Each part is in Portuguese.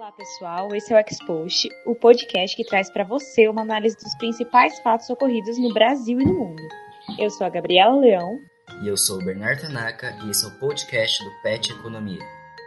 Olá, pessoal. Esse é o Expost, o podcast que traz para você uma análise dos principais fatos ocorridos no Brasil e no mundo. Eu sou a Gabriela Leão. E eu sou o Bernardo Tanaka e esse é o podcast do PET Economia.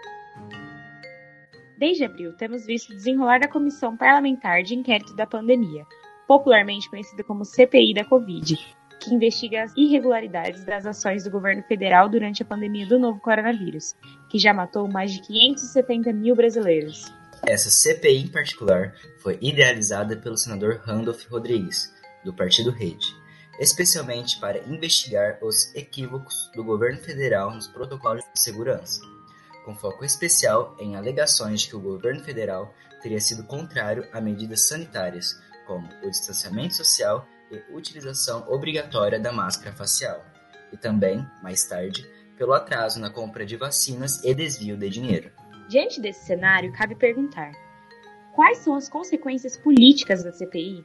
Desde abril, temos visto o desenrolar da Comissão Parlamentar de Inquérito da Pandemia, popularmente conhecida como CPI da Covid, que investiga as irregularidades das ações do governo federal durante a pandemia do novo coronavírus, que já matou mais de 570 mil brasileiros. Essa CPI em particular foi idealizada pelo senador Randolph Rodrigues, do Partido Rede, especialmente para investigar os equívocos do governo federal nos protocolos de segurança, com foco especial em alegações de que o governo federal teria sido contrário a medidas sanitárias, como o distanciamento social e utilização obrigatória da máscara facial, e também, mais tarde, pelo atraso na compra de vacinas e desvio de dinheiro. Diante desse cenário, cabe perguntar: quais são as consequências políticas da CPI?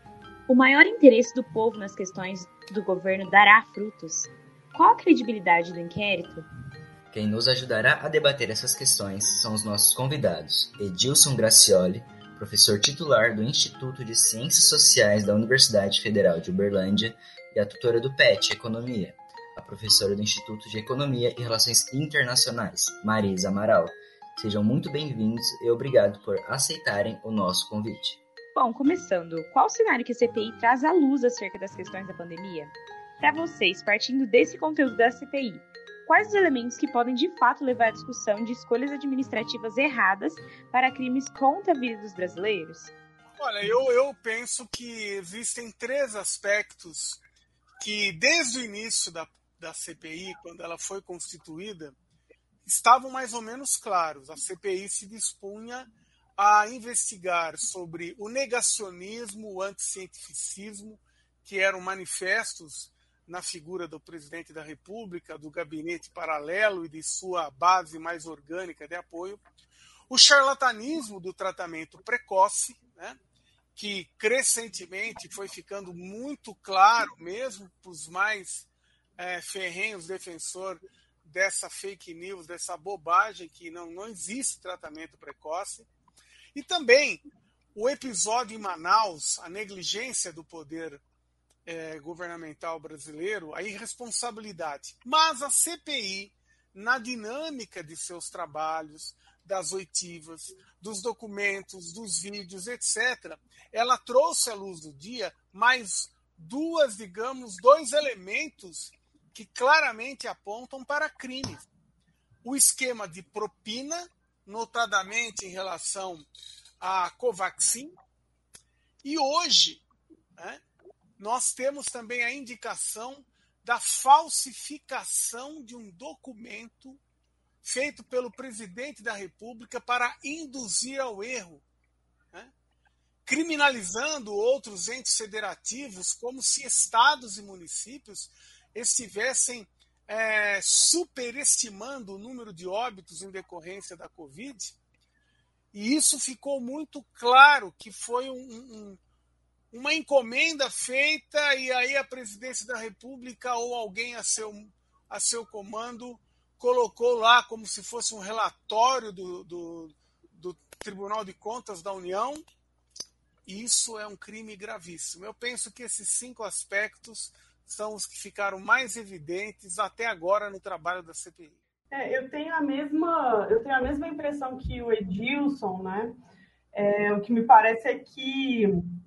O maior interesse do povo nas questões do governo dará frutos? Qual a credibilidade do inquérito? Quem nos ajudará a debater essas questões são os nossos convidados, Edilson Gracioli, professor titular do Instituto de Ciências Sociais da Universidade Federal de Uberlândia e a tutora do PET Economia, a professora do Instituto de Economia e Relações Internacionais, Marisa Amaral. Sejam muito bem-vindos e obrigado por aceitarem o nosso convite. Bom, começando, qual o cenário que a CPI traz à luz acerca das questões da pandemia? Para vocês, partindo desse conteúdo da CPI, quais os elementos que podem de fato levar à discussão de escolhas administrativas erradas para crimes contra a vida dos brasileiros? Olha, eu penso que existem três aspectos que desde o início da CPI, quando ela foi constituída, estavam mais ou menos claros. A CPI se dispunha a investigar sobre o negacionismo, o anticientificismo, que eram manifestos na figura do presidente da República, do gabinete paralelo e de sua base mais orgânica de apoio, o charlatanismo do tratamento precoce, né, que crescentemente foi ficando muito claro, mesmo para os mais ferrenhos defensores dessa fake news, dessa bobagem que não existe tratamento precoce, e também o episódio em Manaus, a negligência do poder governamental brasileiro, a irresponsabilidade. Mas a CPI, na dinâmica de seus trabalhos, das oitivas, dos documentos, dos vídeos, etc., ela trouxe à luz do dia mais dois elementos que claramente apontam para crimes. O esquema de propina, notadamente em relação à Covaxin, e hoje, né, nós temos também a indicação da falsificação de um documento feito pelo presidente da República para induzir ao erro, né? Criminalizando outros entes federativos como se estados e municípios estivessem superestimando o número de óbitos em decorrência da Covid. E isso ficou muito claro que foi uma encomenda feita e aí a presidência da República ou alguém a seu comando colocou lá como se fosse um relatório do Tribunal de Contas da União. Isso é um crime gravíssimo. Eu penso que esses 5 aspectos são os que ficaram mais evidentes até agora no trabalho da CPI. Eu tenho a mesma impressão que o Edilson, né? O que me parece é que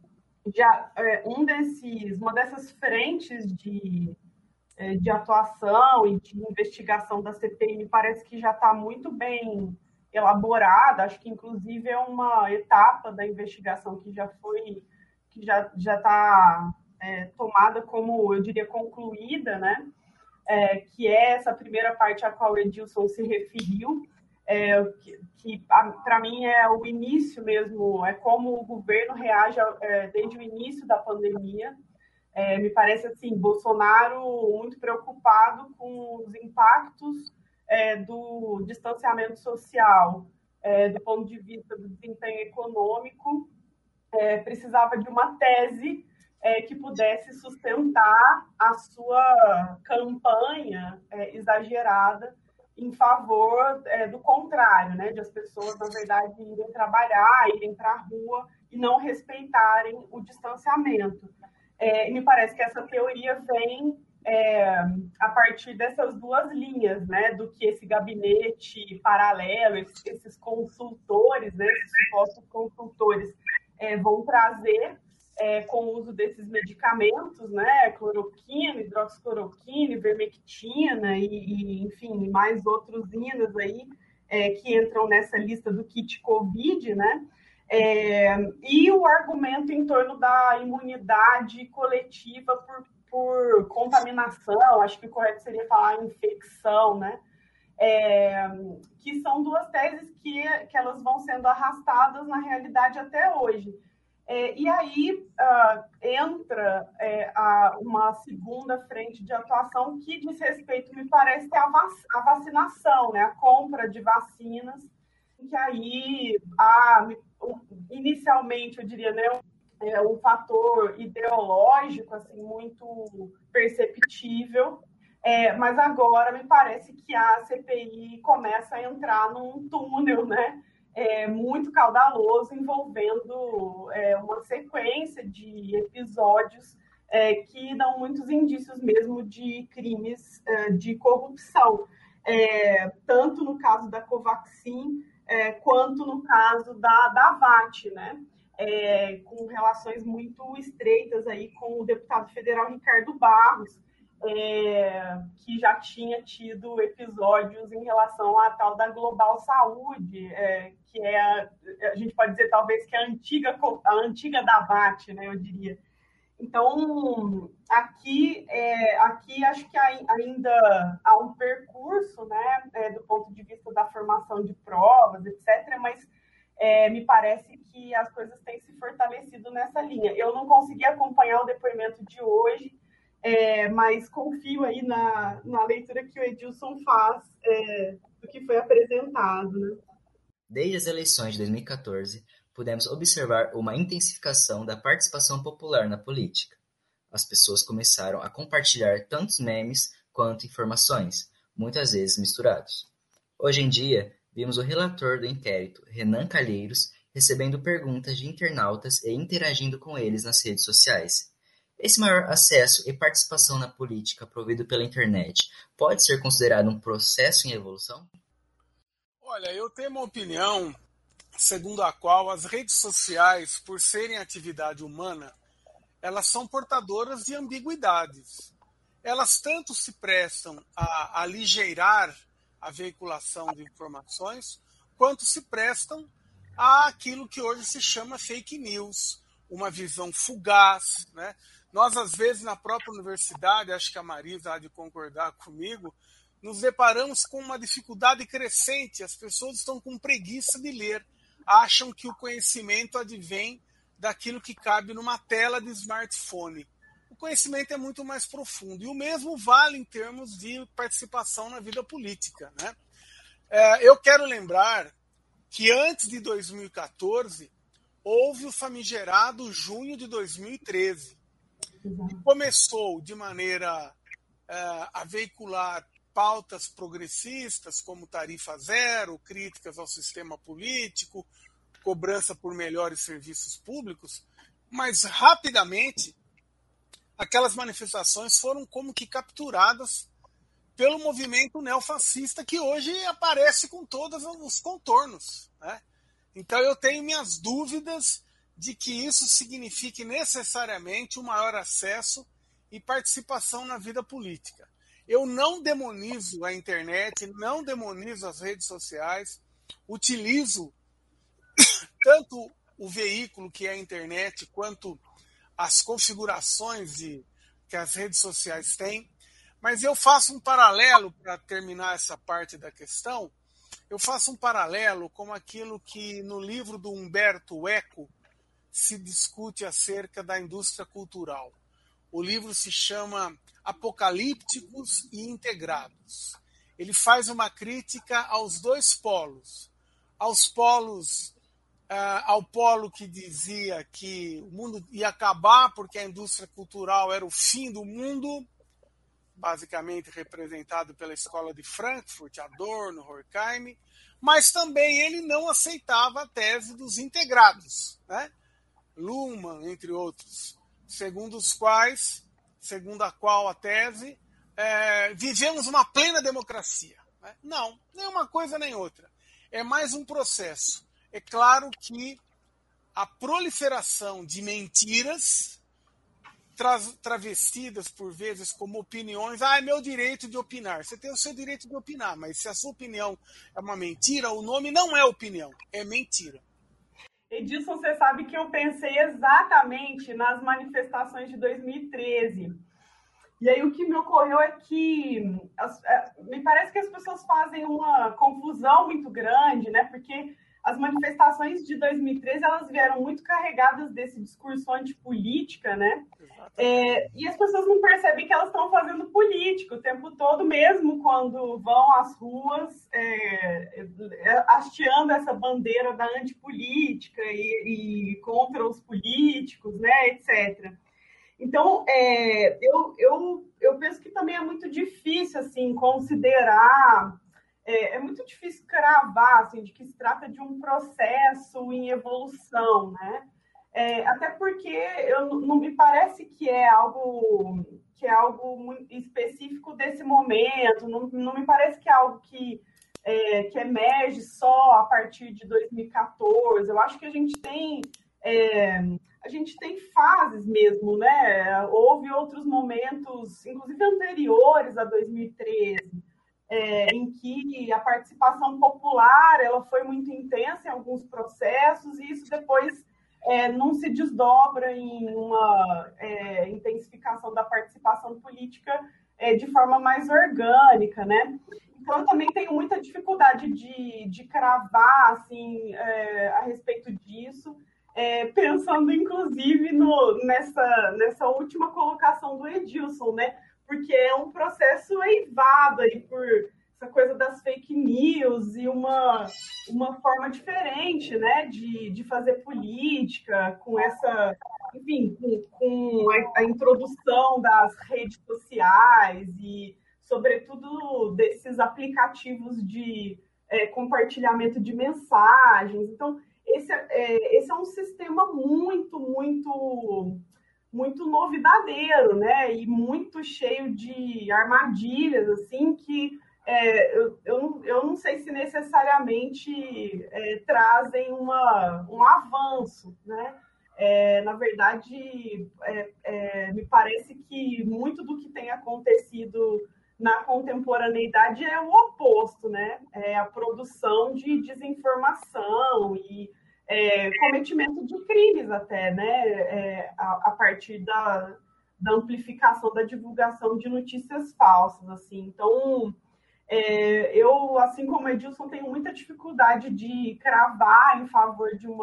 uma dessas frentes de atuação e de investigação da CPI me parece que já está muito bem elaborada. Acho que inclusive é uma etapa da investigação que já está tomada como, eu diria, concluída, né? Que é essa primeira parte a qual o Edilson se referiu, que para mim é o início mesmo, é como o governo reage desde o início da pandemia. Me parece assim, Bolsonaro muito preocupado com os impactos do distanciamento social, do ponto de vista do desempenho econômico, precisava de uma tese que pudesse sustentar a sua campanha exagerada em favor do contrário, né, de as pessoas, na verdade, irem trabalhar, irem para a rua e não respeitarem o distanciamento. E me parece que essa teoria vem a partir dessas duas linhas, né, do que esse gabinete paralelo, esses consultores, né, esses supostos consultores vão trazer com o uso desses medicamentos, né, cloroquina, hidroxicloroquina, ivermectina enfim, mais outros inas aí que entram nessa lista do kit COVID, né, e o argumento em torno da imunidade coletiva por contaminação, acho que o correto seria falar infecção, né, que são duas teses que elas vão sendo arrastadas na realidade até hoje. E aí entra uma segunda frente de atuação que diz respeito, me parece, à vacinação, né? A compra de vacinas, que aí inicialmente, eu diria, né, um fator ideológico assim, muito perceptível, mas agora me parece que a CPI começa a entrar num túnel, né? Muito caudaloso, envolvendo uma sequência de episódios que dão muitos indícios mesmo de crimes de corrupção, tanto no caso da Covaxin quanto no caso da VAT, né? Com relações muito estreitas aí com o deputado federal Ricardo Barros, que já tinha tido episódios em relação à tal da Global Saúde, que a gente pode dizer talvez que é a antiga da VAT, né, eu diria. Então, aqui acho que ainda há um percurso, né, do ponto de vista da formação de provas, etc., mas me parece que as coisas têm se fortalecido nessa linha. Eu não consegui acompanhar o depoimento de hoje, mas confio aí na leitura que o Edilson faz do que foi apresentado, né? Desde as eleições de 2014, pudemos observar uma intensificação da participação popular na política. As pessoas começaram a compartilhar tantos memes quanto informações, muitas vezes misturados. Hoje em dia, vimos o relator do inquérito, Renan Calheiros, recebendo perguntas de internautas e interagindo com eles nas redes sociais. Esse maior acesso e participação na política provido pela internet pode ser considerado um processo em evolução? Olha, eu tenho uma opinião segundo a qual as redes sociais, por serem atividade humana, elas são portadoras de ambiguidades. Elas tanto se prestam a aligeirar a veiculação de informações, quanto se prestam àquilo que hoje se chama fake news, uma visão fugaz, né? Nós, às vezes, na própria universidade, acho que a Marisa há de concordar comigo, nos deparamos com uma dificuldade crescente. As pessoas estão com preguiça de ler, acham que o conhecimento advém daquilo que cabe numa tela de smartphone. O conhecimento é muito mais profundo. E o mesmo vale em termos de participação na vida política, né? Eu quero lembrar que antes de 2014, houve o famigerado junho de 2013, que começou de maneira a veicular pautas progressistas, como tarifa zero, críticas ao sistema político, cobrança por melhores serviços públicos, mas rapidamente aquelas manifestações foram como que capturadas pelo movimento neofascista, que hoje aparece com todos os contornos, né? Então eu tenho minhas dúvidas de que isso signifique necessariamente um maior acesso e participação na vida política. Eu não demonizo a internet, não demonizo as redes sociais, utilizo tanto o veículo que é a internet, quanto as configurações que as redes sociais têm, mas eu faço um paralelo, para terminar essa parte da questão, eu faço um paralelo com aquilo que no livro do Humberto Eco se discute acerca da indústria cultural. O livro se chama Apocalípticos e Integrados. Ele faz uma crítica aos dois polos. Ao polo que dizia que o mundo ia acabar porque a indústria cultural era o fim do mundo, basicamente representado pela Escola de Frankfurt, Adorno, Horkheim, mas também ele não aceitava a tese dos integrados, né? Luhmann, entre outros, segundo a qual a tese, vivemos uma plena democracia. Né? Não, nem uma coisa nem outra. É mais um processo. É claro que a proliferação de mentiras travestidas por vezes como opiniões, é meu direito de opinar. Você tem o seu direito de opinar, mas se a sua opinião é uma mentira, o nome não é opinião, é mentira. Edilson, você sabe que eu pensei exatamente nas manifestações de 2013. E aí o que me ocorreu é que me parece que as pessoas fazem uma confusão muito grande, né? Porque as manifestações de 2013 elas vieram muito carregadas desse discurso antipolítica, né? E as pessoas não percebem que elas estão fazendo política o tempo todo, mesmo quando vão às ruas hasteando essa bandeira da antipolítica e contra os políticos, né, etc. Então, eu penso que também é muito difícil assim, considerar... É muito difícil cravar assim, de que se trata de um processo em evolução, né? Até porque não me parece que é algo muito específico desse momento, não me parece que é algo que emerge só a partir de 2014. Eu acho que a gente tem fases mesmo, né? Houve outros momentos, inclusive anteriores a 2013, em que a participação popular ela foi muito intensa em alguns processos e isso depois não se desdobra em uma intensificação da participação política de forma mais orgânica, né? Então, eu também tenho muita dificuldade de cravar assim, a respeito disso, pensando, inclusive, nessa última colocação do Edilson, né? Porque é um processo eivado aí por essa coisa das fake news e uma forma diferente, né, de fazer política, com essa, enfim, com a introdução das redes sociais e, sobretudo, desses aplicativos de compartilhamento de mensagens. Então, esse é um sistema muito, muito... muito novidadeiro, né? E muito cheio de armadilhas, assim, que eu não sei se necessariamente trazem um avanço, né? Na verdade, me parece que muito do que tem acontecido na contemporaneidade é o oposto, né? É a produção de desinformação e cometimento de crimes até, né? A partir da amplificação da divulgação de notícias falsas, assim. Então, eu, assim como Edilson, tenho muita dificuldade de cravar em favor de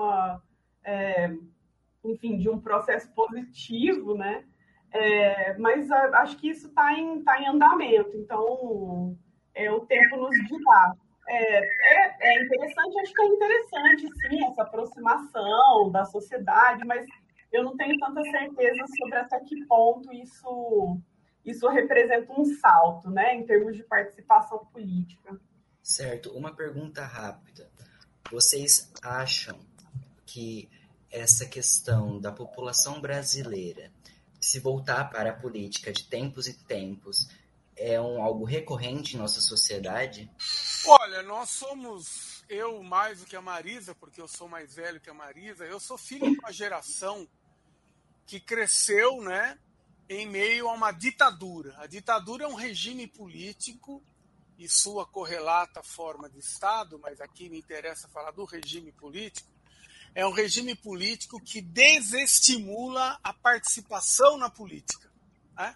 de um processo positivo, né? Mas acho que isso está em andamento. Então, o tempo nos dirá. É interessante, acho que é interessante, sim, essa aproximação da sociedade, mas eu não tenho tanta certeza sobre até que ponto isso representa um salto, né, em termos de participação política. Certo. Uma pergunta rápida. Vocês acham que essa questão da população brasileira se voltar para a política de tempos e tempos é algo recorrente em nossa sociedade? Olha, eu mais do que a Marisa, porque eu sou mais velho que a Marisa, eu sou filho de uma geração que cresceu, né, em meio a uma ditadura. A ditadura é um regime político e sua correlata forma de Estado, mas aqui me interessa falar do regime político. É um regime político que desestimula a participação na política, né?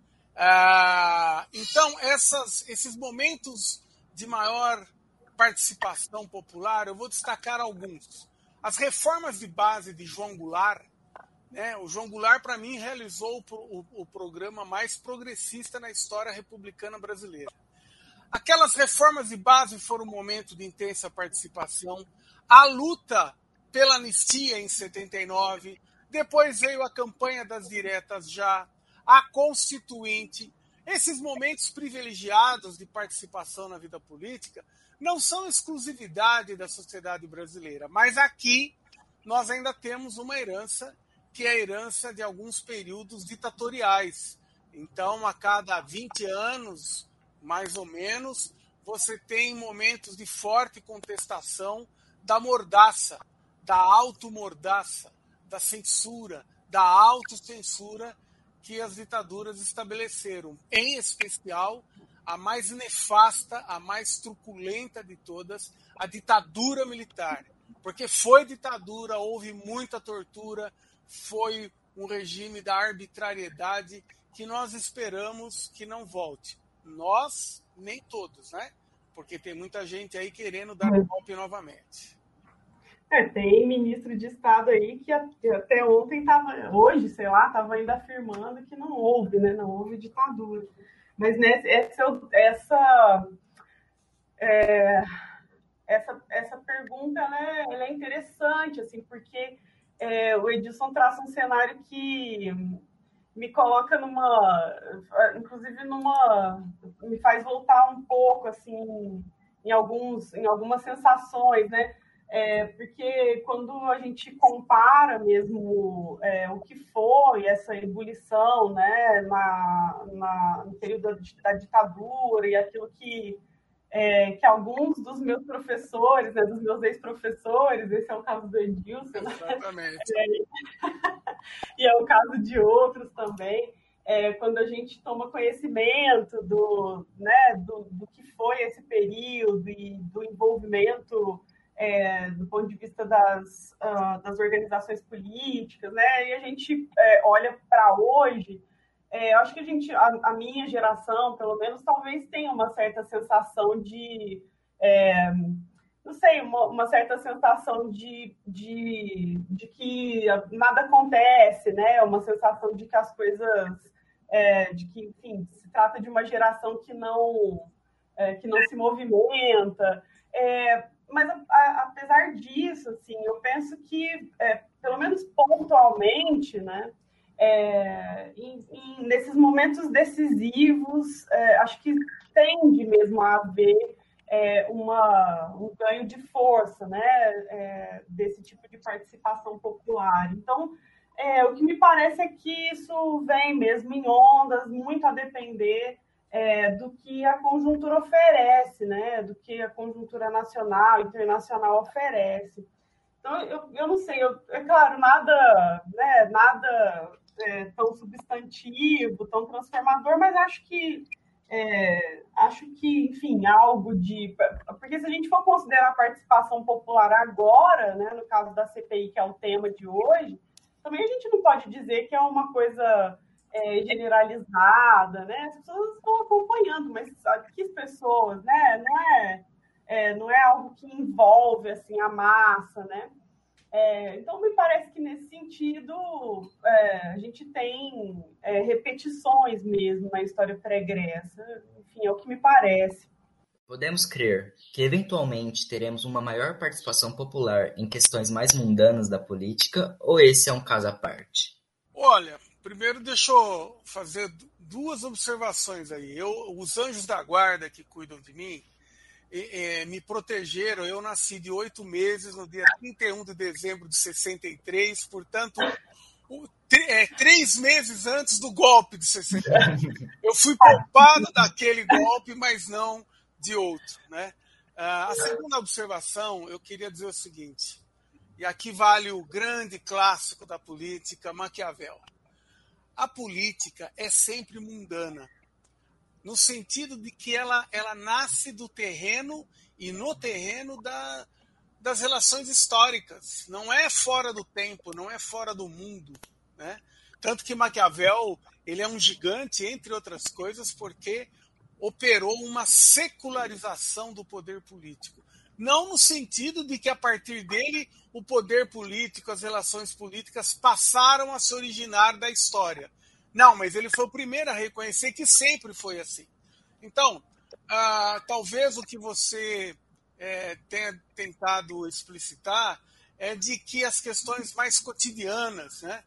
Então, esses momentos de maior participação popular, eu vou destacar alguns. As reformas de base de João Goulart, né? O João Goulart, para mim, realizou o programa mais progressista na história republicana brasileira. Aquelas reformas de base foram um momento de intensa participação. A luta pela anistia em 79, depois veio a campanha das diretas já, a Constituinte, Esses momentos privilegiados de participação na vida política não são exclusividade da sociedade brasileira, mas aqui nós ainda temos uma herança, que é a herança de alguns períodos ditatoriais. Então, a cada 20 anos, mais ou menos, você tem momentos de forte contestação da mordaça, da automordaça, da censura, da autocensura que as ditaduras estabeleceram. Em especial, a mais nefasta, a mais truculenta de todas, a ditadura militar. Porque foi ditadura, houve muita tortura, foi um regime da arbitrariedade que nós esperamos que não volte. Nós, nem todos, né? Porque tem muita gente aí querendo dar golpe novamente. Tem ministro de Estado aí que até ontem hoje, sei lá, estava ainda afirmando que não houve, né? Não houve ditadura. Mas né, essa pergunta ela é interessante, assim, porque o Edilson traça um cenário que me coloca me faz voltar um pouco, assim, em algumas sensações, né? Porque quando a gente compara mesmo o que foi essa ebulição, né, no período da ditadura e aquilo que alguns dos meus professores, né, dos meus ex-professores, esse é o caso do Edilson, né? Exatamente. E é o caso de outros também, quando a gente toma conhecimento do que foi esse período e do envolvimento do ponto de vista das organizações políticas, né? E a gente olha para hoje, eu acho que a minha geração, pelo menos, talvez tenha uma certa sensação de, não sei, uma certa sensação de que nada acontece, né? Uma sensação de que as coisas, de que, enfim, se trata de uma geração que não se movimenta. Mas, apesar disso, assim, eu penso que, pelo menos pontualmente, né, nesses momentos decisivos, acho que tende mesmo a haver um ganho de força, né, desse tipo de participação popular. Então, o que me parece é que isso vem mesmo em ondas, muito a depender do que a conjuntura oferece, né? Do que a conjuntura nacional, internacional oferece. Então, eu não sei, é claro, nada tão substantivo, tão transformador, mas acho que, enfim, algo de... Porque se a gente for considerar a participação popular agora, né, no caso da CPI, que é o tema de hoje, também a gente não pode dizer que é uma coisa generalizada, né? As pessoas estão acompanhando, mas que as pessoas, né? Não é algo que envolve assim a massa, né? Então me parece que nesse sentido a gente tem repetições mesmo na história pregressa. Enfim, é o que me parece. Podemos crer que eventualmente teremos uma maior participação popular em questões mais mundanas da política, ou esse é um caso à parte? Olha, primeiro deixa eu fazer duas observações aí. Os anjos da guarda que cuidam de mim me protegeram. Eu nasci de 8 meses no dia 31 de dezembro de 63, portanto, 3 meses antes do golpe de 63. Eu fui poupado daquele golpe, mas não de outro, né? A segunda observação, eu queria dizer o seguinte, e aqui vale o grande clássico da política, Maquiavel. A política é sempre mundana, no sentido de que ela nasce do terreno e no terreno das relações históricas. Não é fora do tempo, não é fora do mundo, né? Tanto que Maquiavel ele é um gigante, entre outras coisas, porque operou uma secularização do poder político. Não no sentido de que, a partir dele, o poder político, as relações políticas passaram a se originar da história. Não, mas ele foi o primeiro a reconhecer que sempre foi assim. Então, talvez o que você tenha tentado explicitar é de que as questões mais cotidianas, né,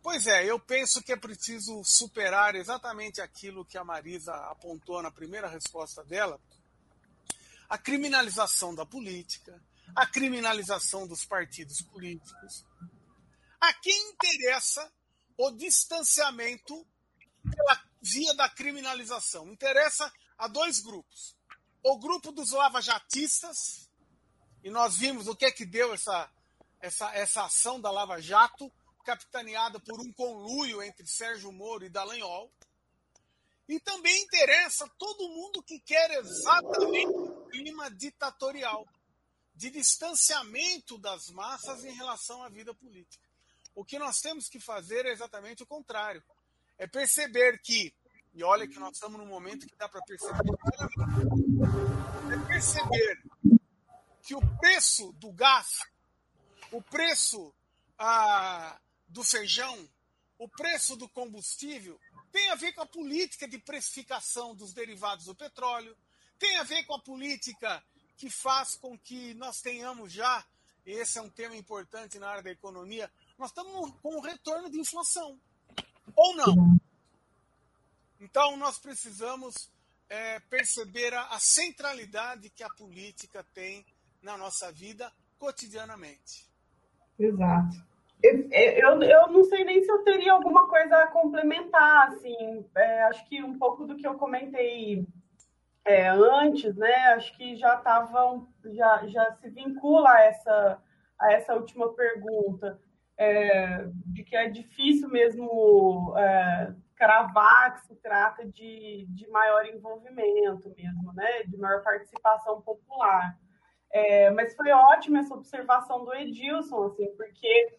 Pois é, eu penso que é preciso superar exatamente aquilo que a Marisa apontou na primeira resposta dela, a criminalização da política, a criminalização dos partidos políticos. A quem interessa o distanciamento pela via da criminalização? Interessa a dois grupos. O grupo dos lavajatistas, e nós vimos o que é que deu essa ação da Lava Jato, capitaneada por um conluio entre Sérgio Moro e Dallagnol. E também interessa todo mundo que quer exatamente um clima ditatorial, de distanciamento das massas em relação à vida política. O que nós temos que fazer é exatamente o contrário. É perceber que, e olha que nós estamos num momento que dá para perceber claramente, é perceber que o preço do gás, o preço do feijão, o preço do combustível, tem a ver com a política de precificação dos derivados do petróleo, tem a ver com a política que faz com que nós tenhamos já, e esse é um tema importante na área da economia, nós estamos com um retorno de inflação. Ou não? Então, nós precisamos perceber a centralidade que a política tem na nossa vida cotidianamente. Exato. Eu não sei nem se eu teria alguma coisa a complementar, assim, acho que um pouco do que eu comentei antes, né, acho que já se vincula a essa última pergunta, de que é difícil mesmo cravar que se trata de maior envolvimento mesmo, né, de maior participação popular. Mas foi ótima essa observação do Edilson, assim, porque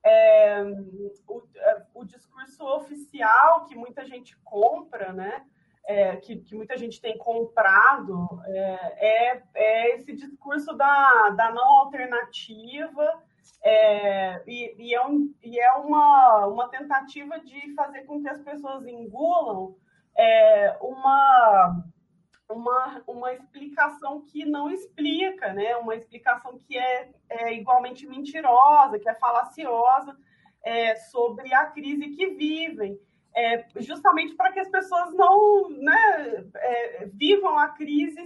o discurso oficial que muita gente compra, né, que muita gente tem comprado, esse discurso da não alternativa, e é uma tentativa de fazer com que as pessoas engulam uma explicação que não explica, né? Uma explicação que é igualmente mentirosa, que é falaciosa, sobre a crise que vivem, justamente para que as pessoas não, né, vivam a crise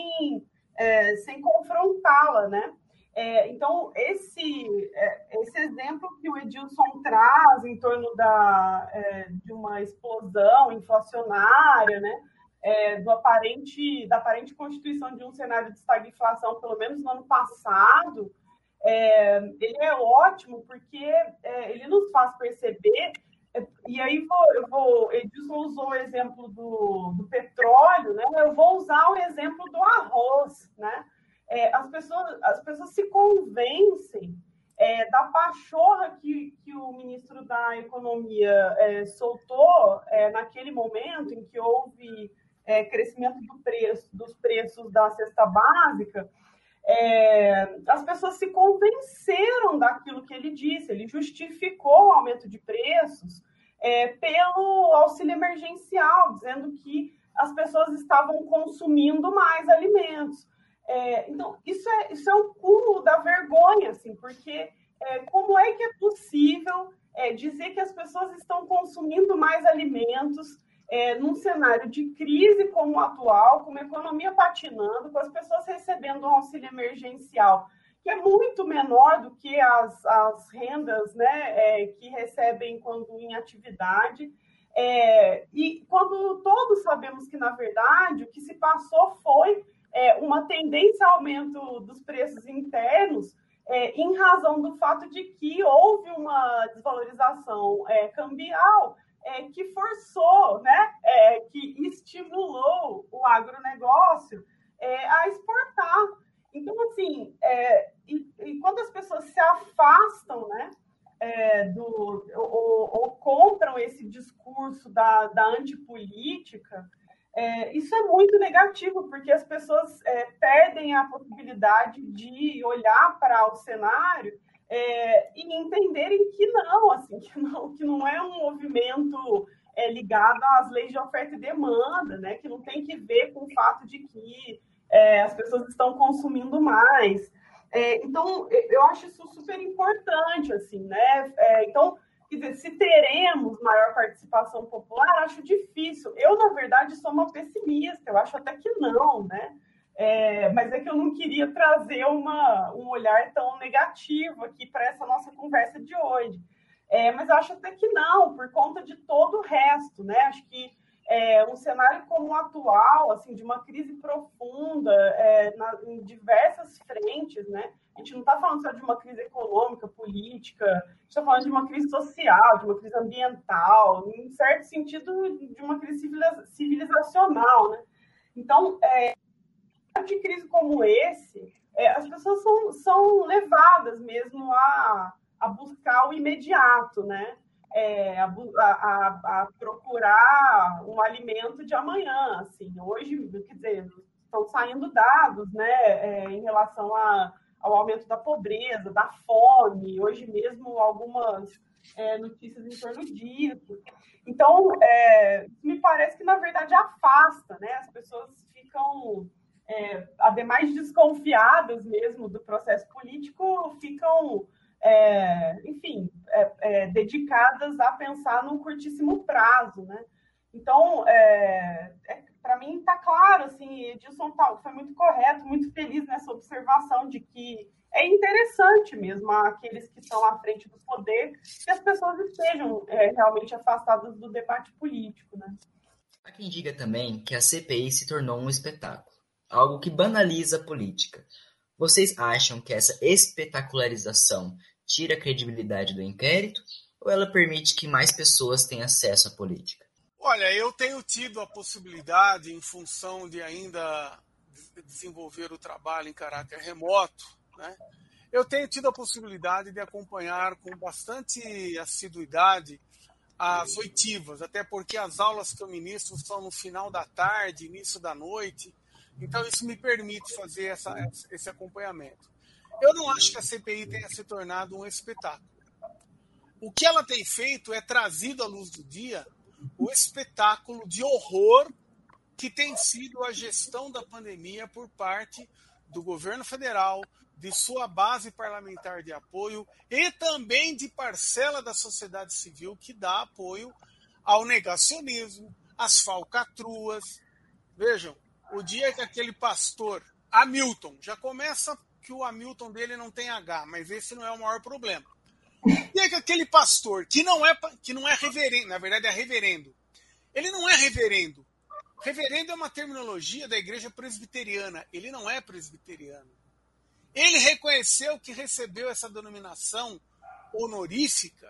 sem confrontá-la, né? Então, esse exemplo que o Edilson traz em torno de uma explosão inflacionária, né? Da aparente constituição de um cenário de estagflação, pelo menos no ano passado, ele é ótimo porque ele nos faz perceber, e aí Edilson usou o exemplo do petróleo, né? Eu vou usar o exemplo do arroz, né? As pessoas se convencem da pachorra que o ministro da Economia soltou naquele momento em que houve crescimento dos preços da cesta básica. As pessoas se convenceram daquilo que ele disse. Ele justificou o aumento de preços pelo auxílio emergencial, dizendo que as pessoas estavam consumindo mais alimentos. Então, isso é o cúmulo da vergonha, assim, porque como é que é possível dizer que as pessoas estão consumindo mais alimentos num cenário de crise como o atual, com uma economia patinando, com as pessoas recebendo um auxílio emergencial, que é muito menor do que as rendas, né, que recebem quando em atividade. E quando todos sabemos que, na verdade, o que se passou foi uma tendência ao aumento dos preços internos, em razão do fato de que houve uma desvalorização cambial que forçou, né, que estimulou o agronegócio a exportar. Então, assim, e quando as pessoas se afastam, né, ou compram esse discurso da antipolítica, isso é muito negativo, porque as pessoas perdem a possibilidade de olhar para o cenário e entenderem que não, assim, que não é um movimento ligado às leis de oferta e demanda, né, que não tem que ver com o fato de que as pessoas estão consumindo mais. Então, eu acho isso super importante, assim, né? Então, Quer dizer, se teremos maior participação popular, acho difícil. Eu, na verdade, sou uma pessimista, eu acho até que não, né? Mas é que eu não queria trazer um olhar tão negativo aqui para essa nossa conversa de hoje. Mas eu acho até que não, por conta de todo o resto, né? Acho que um cenário como o atual, assim, de uma crise profunda em diversas frentes, né? A gente não está falando só de uma crise econômica, política, a gente está falando de uma crise social, de uma crise ambiental, em certo sentido, de uma crise civilizacional, né? Então, de crise como esse, as pessoas são levadas mesmo a buscar o imediato, né? A procurar um alimento de amanhã, assim. Hoje, quer dizer, estão saindo dados, né, em relação ao aumento da pobreza, da fome, hoje mesmo algumas notícias em torno disso. Então, me parece que, na verdade, afasta, né? As pessoas ficam, ademais desconfiadas mesmo do processo político, ficam, enfim, dedicadas a pensar num curtíssimo prazo, né? Então, para mim está claro, assim, Edilson foi muito correto, muito feliz nessa observação de que é interessante mesmo aqueles que estão à frente do poder que as pessoas estejam realmente afastadas do debate político, né? Há quem diga também que a CPI se tornou um espetáculo, algo que banaliza a política. Vocês acham que essa espetacularização tira a credibilidade do inquérito ou ela permite que mais pessoas tenham acesso à política? Olha, eu tenho tido a possibilidade, em função de ainda desenvolver o trabalho em caráter remoto, né? Eu tenho tido a possibilidade de acompanhar com bastante assiduidade as oitivas, até porque as aulas que eu ministro são no final da tarde, início da noite, então isso me permite fazer esse acompanhamento. Eu não acho que a CPI tenha se tornado um espetáculo. O que ela tem feito é trazido à luz do dia o espetáculo de horror que tem sido a gestão da pandemia por parte do governo federal, de sua base parlamentar de apoio e também de parcela da sociedade civil que dá apoio ao negacionismo, às falcatruas. Vejam, o dia que aquele pastor Hamilton, já começa que o Hamilton dele não tem H, mas esse não é o maior problema. E é que aquele pastor, que não é reverendo, na verdade é reverendo, ele não é reverendo. Reverendo é uma terminologia da igreja presbiteriana, ele não é presbiteriano. Ele reconheceu que recebeu essa denominação honorífica,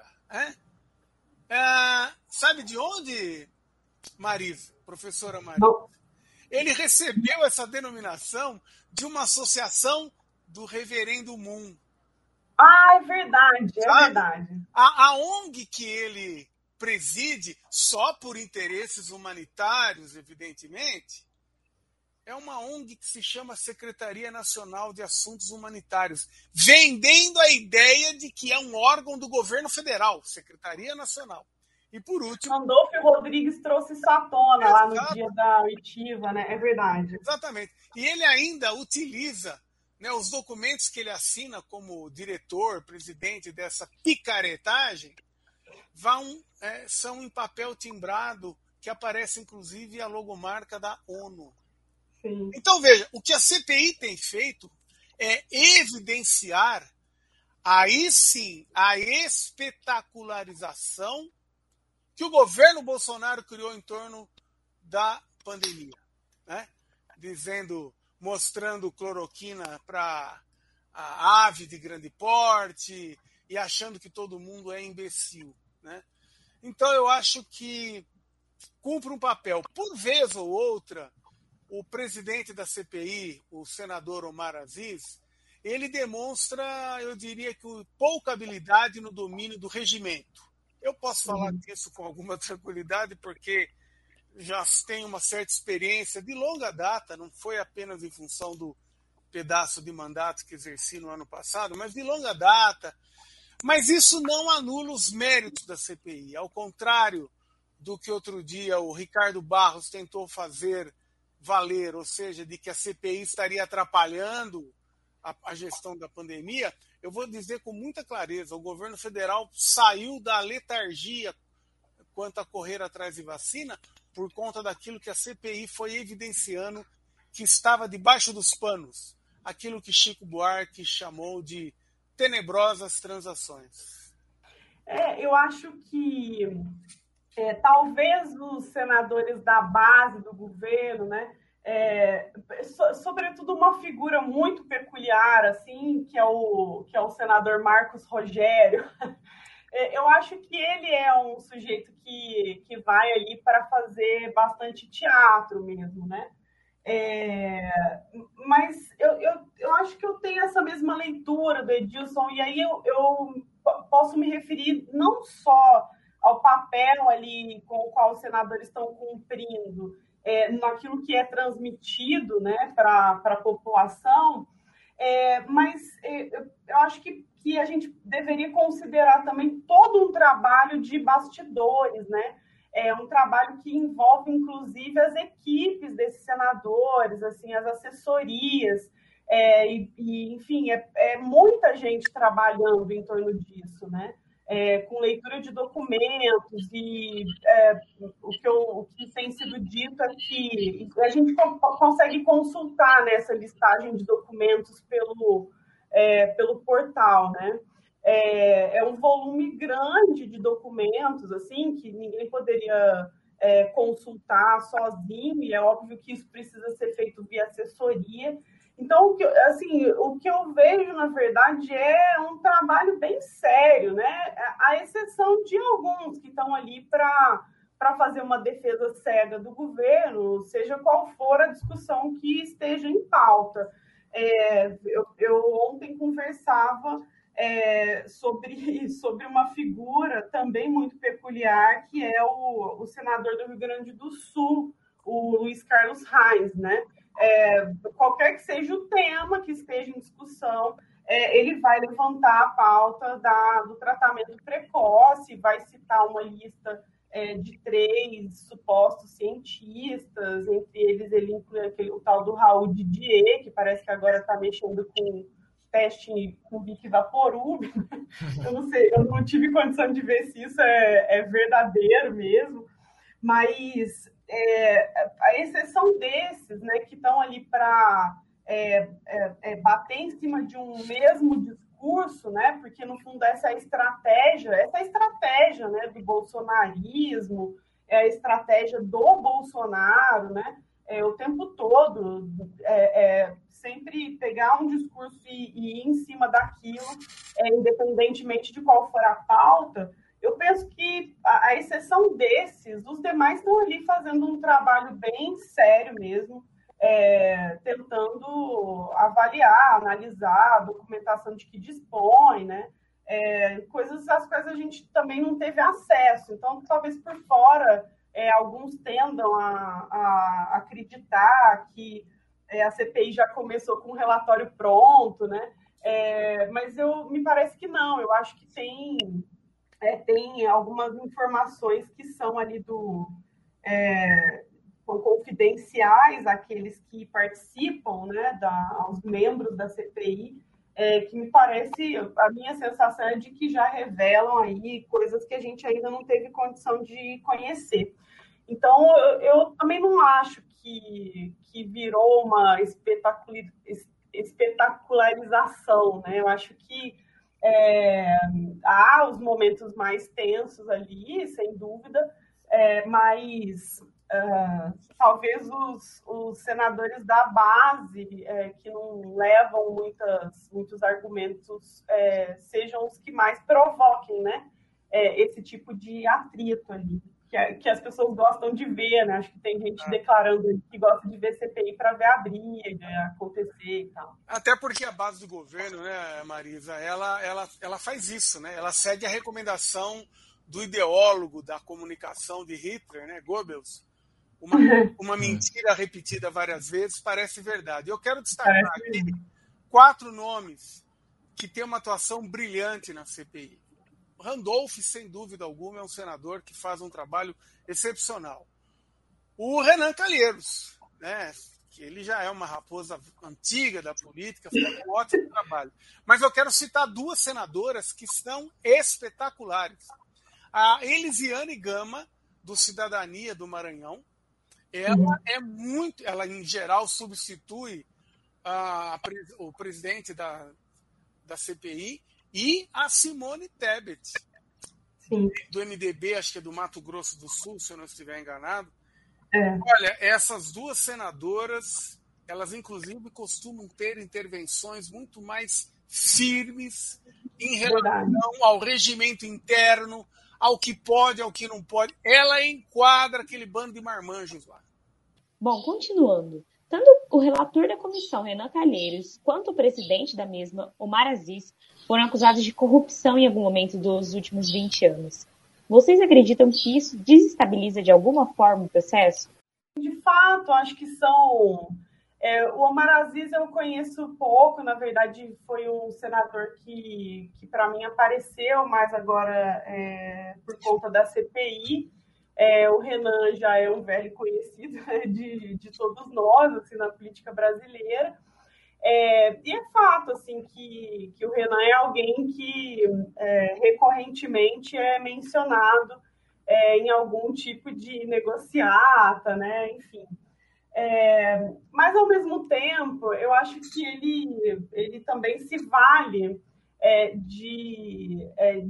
sabe de onde, Marisa, professora Marisa? Ele recebeu essa denominação de uma associação do reverendo Moon. Ah, é verdade, verdade. A ONG que ele preside, só por interesses humanitários, evidentemente, é uma ONG que se chama Secretaria Nacional de Assuntos Humanitários, vendendo a ideia de que é um órgão do governo federal, Secretaria Nacional. E por último... Randolfo Rodrigues trouxe isso à tona lá no dia da oitiva, né? É verdade. Exatamente. E ele ainda utiliza, né, os documentos que ele assina como diretor, presidente dessa picaretagem, são em papel timbrado, que aparece inclusive a logomarca da ONU. Sim. Então, veja, o que a CPI tem feito é evidenciar, aí sim, a espetacularização que o governo Bolsonaro criou em torno da pandemia, né? Mostrando cloroquina para a ave de grande porte e achando que todo mundo é imbecil, né? Então, eu acho que cumpre um papel. Por vez ou outra, o presidente da CPI, o senador Omar Aziz, ele demonstra, eu diria que pouca habilidade no domínio do regimento. Eu posso falar disso com alguma tranquilidade, porque já tenho uma certa experiência de longa data, não foi apenas em função do pedaço de mandato que exerci no ano passado, mas de longa data. Mas isso não anula os méritos da CPI, ao contrário do que outro dia o Ricardo Barros tentou fazer valer, ou seja, de que a CPI estaria atrapalhando a gestão da pandemia, eu vou dizer com muita clareza, o governo federal saiu da letargia quanto a correr atrás de vacina por conta daquilo que a CPI foi evidenciando que estava debaixo dos panos, aquilo que Chico Buarque chamou de tenebrosas transações. Eu acho que talvez os senadores da base do governo, né, sobretudo uma figura muito peculiar, assim, que é o senador Marcos Rogério. Eu acho que ele é um sujeito que vai ali para fazer bastante teatro mesmo, né? Mas eu acho que eu tenho essa mesma leitura do Edilson, e aí eu posso me referir não só ao papel ali com o qual os senadores estão cumprindo, naquilo que é transmitido, né, para a população, mas eu acho que a gente deveria considerar também todo um trabalho de bastidores, né? Um trabalho que envolve, inclusive, as equipes desses senadores, assim, as assessorias, enfim, muita gente trabalhando em torno disso, né? Com leitura de documentos, e o que tem sido dito é que a gente consegue consultar nessa listagem de documentos pelo portal, né? É um volume grande de documentos, assim, que ninguém poderia consultar sozinho, e é óbvio que isso precisa ser feito via assessoria. Então, o que eu vejo, na verdade, é um trabalho bem sério, né? À exceção de alguns que estão ali para fazer uma defesa cega do governo, seja qual for a discussão que esteja em pauta. Eu ontem conversava sobre uma figura também muito peculiar, que é o senador do Rio Grande do Sul, o Luiz Carlos Reis, né? Qualquer que seja o tema que esteja em discussão, ele vai levantar a pauta do tratamento precoce, vai citar uma lista de 3 supostos cientistas, entre eles ele inclui o tal do Raul Didier, que parece que agora está mexendo com teste com Vic Vaporub. Eu não sei, eu não tive condição de ver se isso é verdadeiro mesmo, mas a exceção desses, né, que estão ali para bater em cima de um mesmo discurso, né, porque no fundo essa estratégia, né, do bolsonarismo, é a estratégia do Bolsonaro, né, o tempo todo, sempre pegar um discurso e ir em cima daquilo, independentemente de qual for a pauta. Eu penso que, a exceção desses, os demais estão ali fazendo um trabalho bem sério mesmo, tentando avaliar, analisar a documentação de que dispõe, né? Coisas às quais a gente também não teve acesso. Então, talvez por fora, alguns tendam a acreditar que a CPI já começou com um relatório pronto, né? Mas me parece que não. Eu acho que tem algumas informações que são ali são confidenciais àqueles que participam, né, aos membros da CPI, que me parece, a minha sensação é de que já revelam aí coisas que a gente ainda não teve condição de conhecer. Então, eu também não acho que virou uma espetacularização, né? Eu acho que há os momentos mais tensos ali, sem dúvida, mas talvez os senadores da base, que não levam muitos argumentos, sejam os que mais provoquem, né, esse tipo de atrito ali, que as pessoas gostam de ver, né? Acho que tem gente declarando que gosta de ver CPI para ver a briga acontecer e tal. Até porque a base do governo, né, Marisa, ela faz isso, né? Ela segue a recomendação do ideólogo da comunicação de Hitler, né, Goebbels. Uma mentira repetida várias vezes parece verdade. Eu quero destacar aqui 4 nomes que têm uma atuação brilhante na CPI. Randolph, sem dúvida alguma, é um senador que faz um trabalho excepcional. O Renan Calheiros, né, que ele já é uma raposa antiga da política, faz um ótimo trabalho. Mas eu quero citar duas senadoras que são espetaculares. A Elisiane Gama, do Cidadania do Maranhão, ela em geral substitui o presidente da CPI, e a Simone Tebet, Sim. do MDB, acho que é do Mato Grosso do Sul, se eu não estiver enganado. É. Olha, essas duas senadoras, elas inclusive costumam ter intervenções muito mais firmes em relação ao regimento interno, ao que pode, ao que não pode. Ela enquadra aquele bando de marmanjos lá. Bom, continuando. Tanto o relator da comissão, Renan Calheiros, quanto o presidente da mesma, Omar Aziz, foram acusados de corrupção em algum momento dos últimos 20 anos. Vocês acreditam que isso desestabiliza de alguma forma o processo? De fato, acho que são... o Omar Aziz eu conheço pouco, na verdade foi um senador que para mim apareceu mais agora por conta da CPI. O Renan já é um velho conhecido de todos nós assim, na política brasileira. E é fato assim, que o Renan é alguém que recorrentemente é mencionado em algum tipo de negociata, né? Enfim. Mas, ao mesmo tempo, eu acho que ele também se vale de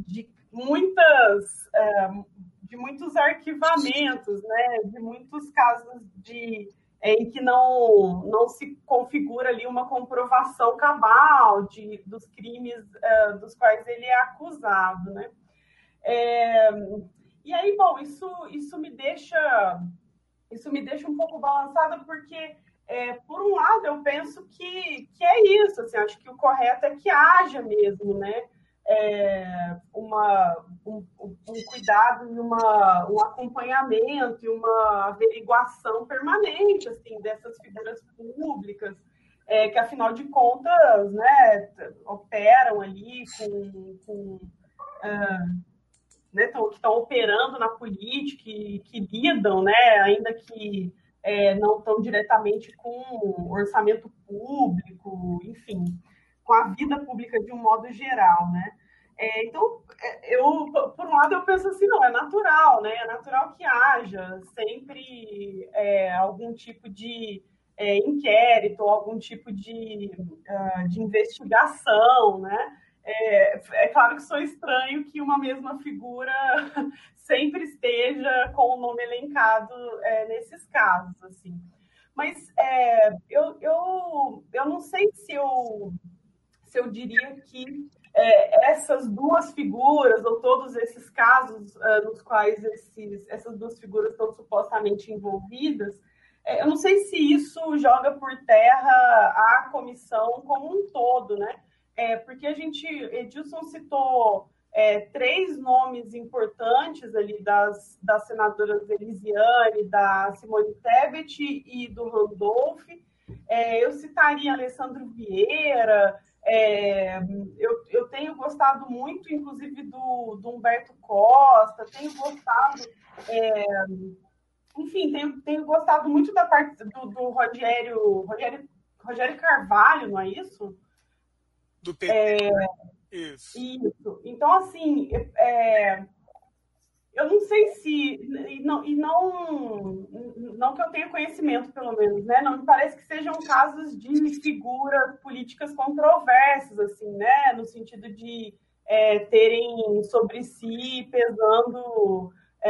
muitos arquivamentos, né? De muitos casos em que não se configura ali uma comprovação cabal dos crimes dos quais ele é acusado, né? E aí, bom, isso me deixa um pouco balançada, porque, por um lado, eu penso que é isso, assim, acho que o correto é que haja mesmo, né? Um cuidado e um acompanhamento e uma averiguação permanente assim, dessas figuras públicas, que, afinal de contas, né, operam ali né, que estão operando na política, que lidam, né, ainda que não tão diretamente com orçamento público, enfim, com a vida pública de um modo geral, né? Então, por um lado, eu penso assim, não, é natural, né? É natural que haja sempre algum tipo de inquérito, algum tipo de investigação, né? É claro que sou estranho que uma mesma figura sempre esteja com o nome elencado nesses casos, assim. Mas eu não sei se eu diria que essas duas figuras, ou todos esses casos nos quais essas duas figuras estão supostamente envolvidas, eu não sei se isso joga por terra a comissão como um todo, né? Porque Edilson citou 3 nomes importantes ali das senadoras Elisiane, da Simone Tebet e do Randolph. Eu citaria Alessandro Vieira. Eu tenho gostado muito, inclusive, do Humberto Costa, tenho gostado, enfim, tenho gostado muito da parte do Rogério Carvalho, não é isso? Do PT. Isso. Então, assim, eu não sei se, não que eu tenha conhecimento, pelo menos, né? Não me parece que sejam casos de figuras políticas controversas, assim, né? No sentido de terem sobre si pesando,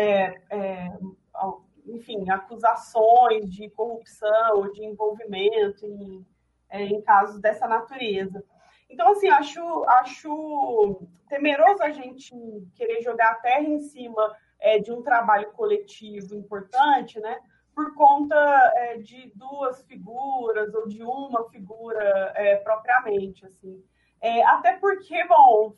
enfim, acusações de corrupção, de envolvimento em casos dessa natureza. Então, assim, acho temeroso a gente querer jogar a terra em cima de um trabalho coletivo importante, né? Por conta de 2 figuras ou de uma figura propriamente, assim. Até porque, bom,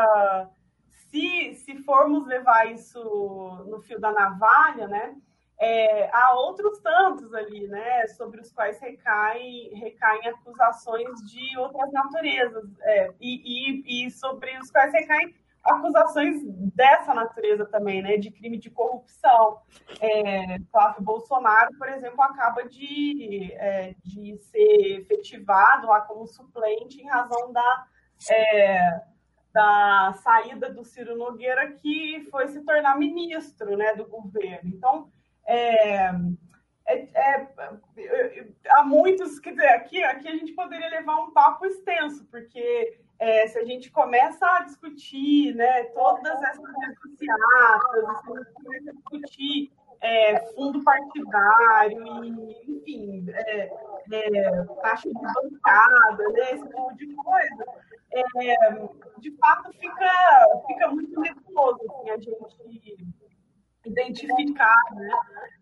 se formos levar isso no fio da navalha, né? Há outros tantos ali, né, sobre os quais recaem acusações de outras naturezas, e sobre os quais recaem acusações dessa natureza também, né, de crime de corrupção. Flávio Bolsonaro, por exemplo, acaba de ser efetivado lá como suplente em razão da saída do Ciro Nogueira, que foi se tornar ministro, né, do governo. Então, há muitos, quer dizer, aqui a gente poderia levar um papo extenso, porque se a gente começa a discutir, né, todas essas negociatas, se a gente começa a discutir fundo partidário, e, enfim, taxa de bancada, né, esse tipo de coisa, de fato fica muito nebuloso assim, a gente identificar, né,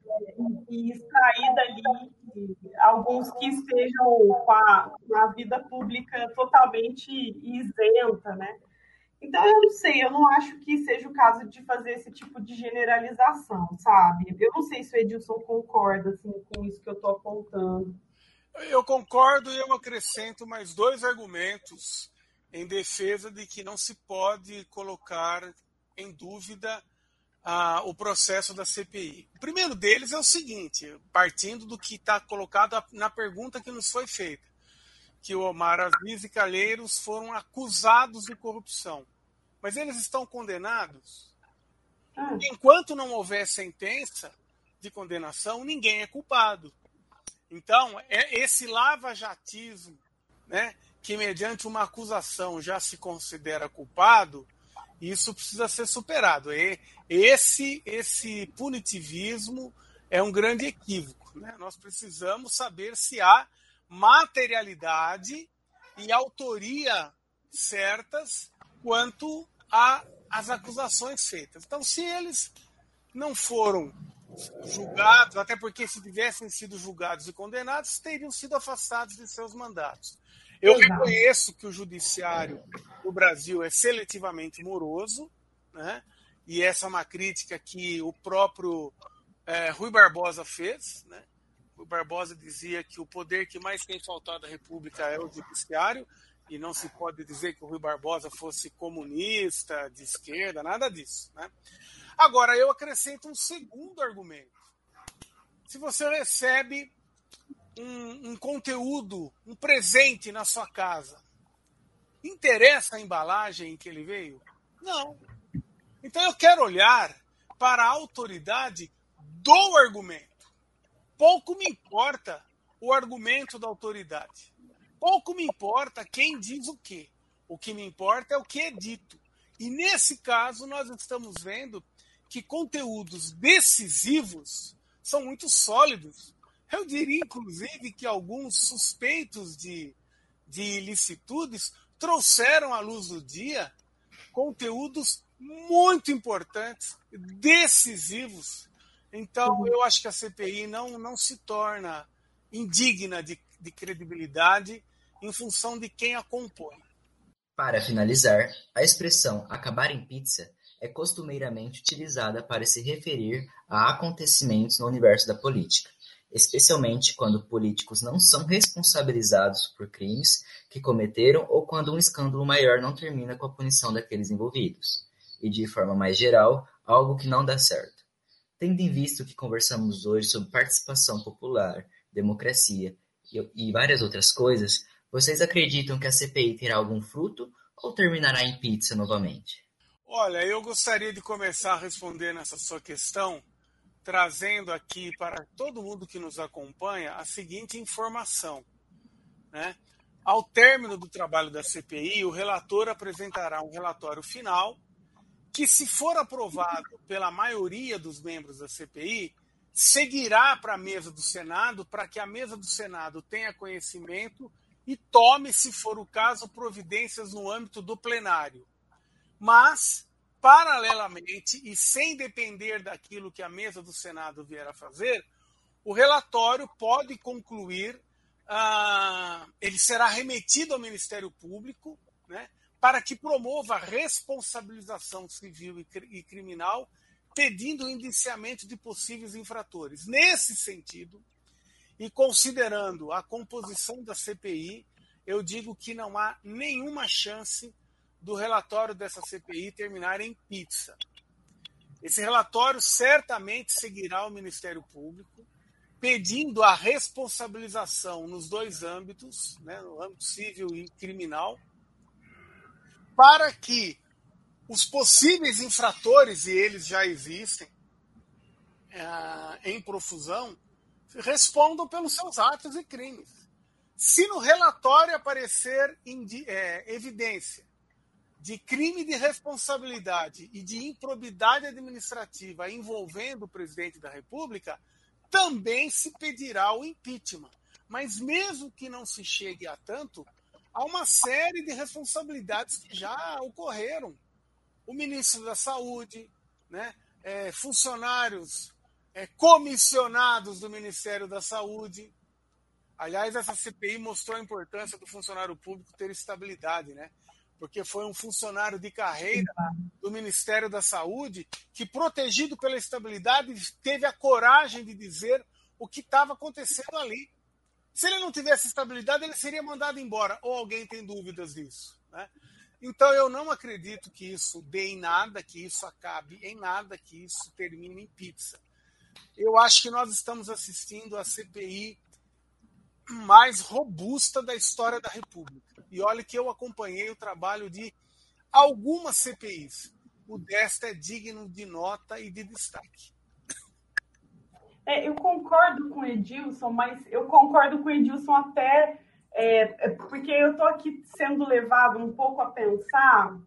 e extrair dali alguns que estejam com a vida pública totalmente isenta, né? Então, eu não sei, eu não acho que seja o caso de fazer esse tipo de generalização, sabe? Eu não sei se o Edilson concorda assim, com isso que eu estou apontando. Eu concordo e eu acrescento mais 2 argumentos em defesa de que não se pode colocar em dúvida o processo da CPI. O primeiro deles é o seguinte, partindo do que está colocado na pergunta que nos foi feita, que o Omar Aziz e Calheiros foram acusados de corrupção. Mas eles estão condenados? Enquanto não houver sentença de condenação, ninguém é culpado. Então, esse lava-jatismo, né, que mediante uma acusação já se considera culpado, isso precisa ser superado. Esse punitivismo é um grande equívoco, né? Nós precisamos saber se há materialidade e autoria certas quanto às acusações feitas. Então, se eles não foram julgados, até porque se tivessem sido julgados e condenados, teriam sido afastados de seus mandatos. Eu reconheço que o judiciário do Brasil é seletivamente moroso, né? E essa é uma crítica que o próprio Rui Barbosa fez, né? Rui Barbosa dizia que o poder que mais tem faltado à República é o judiciário, e não se pode dizer que o Rui Barbosa fosse comunista, de esquerda, nada disso, né? Agora, eu acrescento um segundo argumento. Se você recebe um conteúdo, um presente na sua casa, interessa a embalagem em que ele veio? Não. Então eu quero olhar para a autoridade do argumento. Pouco me importa o argumento da autoridade. Pouco me importa quem diz o quê. O que me importa é o que é dito. E nesse caso nós estamos vendo que conteúdos decisivos são muito sólidos. Eu diria, inclusive, que alguns suspeitos de ilicitudes trouxeram à luz do dia conteúdos muito importantes, decisivos. Então, eu acho que a CPI não se torna indigna de credibilidade em função de quem a compõe. Para finalizar, a expressão acabar em pizza é costumeiramente utilizada para se referir a acontecimentos no universo da política, especialmente quando políticos não são responsabilizados por crimes que cometeram ou quando um escândalo maior não termina com a punição daqueles envolvidos, e de forma mais geral, algo que não dá certo. Tendo em vista o que conversamos hoje sobre participação popular, democracia e várias outras coisas, vocês acreditam que a CPI terá algum fruto ou terminará em pizza novamente? Olha, eu gostaria de começar a responder nessa sua questão trazendo aqui para todo mundo que nos acompanha a seguinte informação, né? Ao término do trabalho da CPI, o relator apresentará um relatório final que, se for aprovado pela maioria dos membros da CPI, seguirá para a mesa do Senado para que a mesa do Senado tenha conhecimento e tome, se for o caso, providências no âmbito do plenário. Mas, paralelamente e sem depender daquilo que a mesa do Senado vier a fazer, o relatório pode concluir, ele será remetido ao Ministério Público, né, para que promova a responsabilização civil e criminal, pedindo o indiciamento de possíveis infratores. Nesse sentido, e considerando a composição da CPI, eu digo que não há nenhuma chance do relatório dessa CPI terminar em pizza. Esse relatório certamente seguirá o Ministério Público, pedindo a responsabilização nos dois âmbitos, né, no âmbito civil e criminal, para que os possíveis infratores, e eles já existem em profusão, respondam pelos seus atos e crimes. Se no relatório aparecer evidência de crime de responsabilidade e de improbidade administrativa envolvendo o presidente da República, também se pedirá o impeachment. Mas mesmo que não se chegue a tanto, há uma série de responsabilidades que já ocorreram. O ministro da Saúde, né, funcionários comissionados do Ministério da Saúde. Aliás, essa CPI mostrou a importância do funcionário público ter estabilidade, né? Porque foi um funcionário de carreira do Ministério da Saúde que, protegido pela estabilidade, teve a coragem de dizer o que estava acontecendo ali. Se ele não tivesse estabilidade, ele seria mandado embora. Ou alguém tem dúvidas disso, né? Então, eu não acredito que isso dê em nada, que isso acabe em nada, que isso termine em pizza. Eu acho que nós estamos assistindo a CPI mais robusta da história da República. E olha que eu acompanhei o trabalho de algumas CPIs. O desta é digno de nota e de destaque. Eu concordo com o Edilson, mas eu concordo com o Edilson até porque eu estou aqui sendo levado um pouco a pensar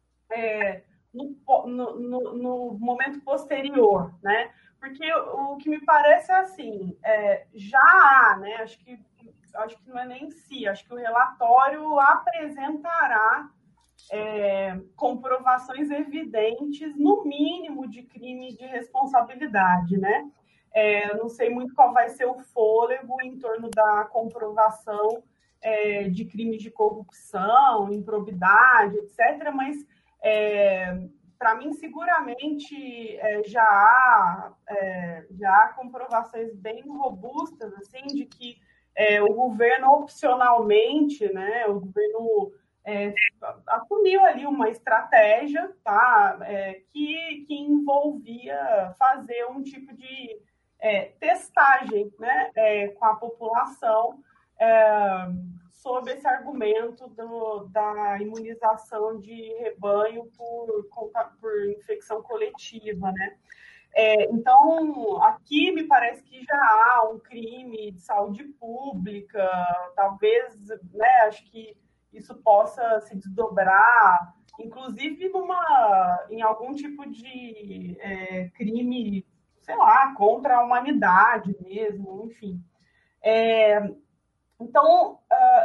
no momento posterior, né? Porque o que me parece é assim, já há, né? Acho que não é nem si, acho que o relatório apresentará comprovações evidentes, no mínimo, de crime de responsabilidade, né? Eu não sei muito qual vai ser o fôlego em torno da comprovação de crimes de corrupção, improbidade, etc., mas para mim, seguramente, já há comprovações bem robustas, assim, de que o governo, opcionalmente, né, o governo assumiu ali uma estratégia, tá, que envolvia fazer um tipo de testagem, né, com a população, sob esse argumento da imunização de rebanho por infecção coletiva, né? Então, aqui me parece que já há um crime de saúde pública, talvez, né, acho que isso possa se desdobrar, inclusive em algum tipo de crime, sei lá, contra a humanidade mesmo, enfim. Então,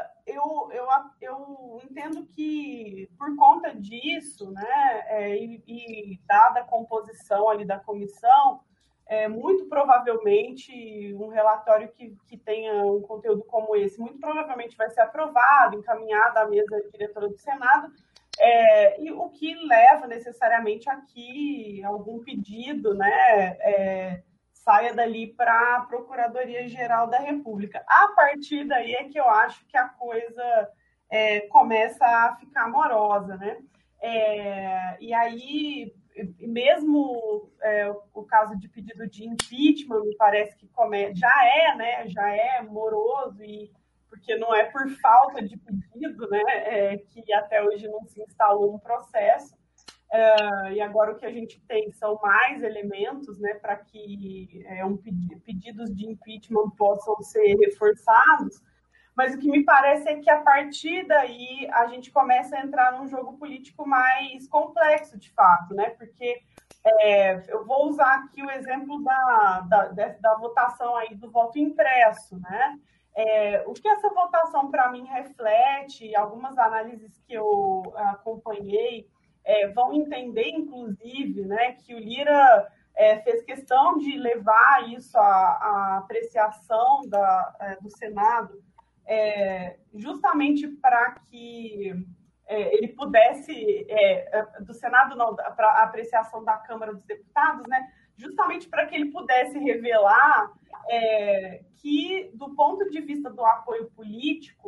eu entendo que, por conta disso, né, e dada a composição ali da comissão, muito provavelmente um relatório que tenha um conteúdo como esse, muito provavelmente vai ser aprovado, encaminhado à mesa diretora do Senado, e o que leva necessariamente a que algum pedido, né, saia dali para a Procuradoria-Geral da República. A partir daí é que eu acho que a coisa começa a ficar morosa, né? E aí, mesmo o caso de pedido de impeachment, me parece que já é moroso, porque não é por falta de pedido, né, que até hoje não se instalou um processo. E agora o que a gente tem são mais elementos, né, para que pedidos de impeachment possam ser reforçados, mas o que me parece é que a partir daí a gente começa a entrar num jogo político mais complexo, de fato, né, porque eu vou usar aqui o exemplo da votação aí do voto impresso, né? O que essa votação, para mim, reflete, algumas análises que eu acompanhei, vão entender, inclusive, né, que o Lira fez questão de levar isso à apreciação do Senado, justamente para que ele pudesse, do Senado não, para a apreciação da Câmara dos Deputados, né, justamente para que ele pudesse revelar que, do ponto de vista do apoio político,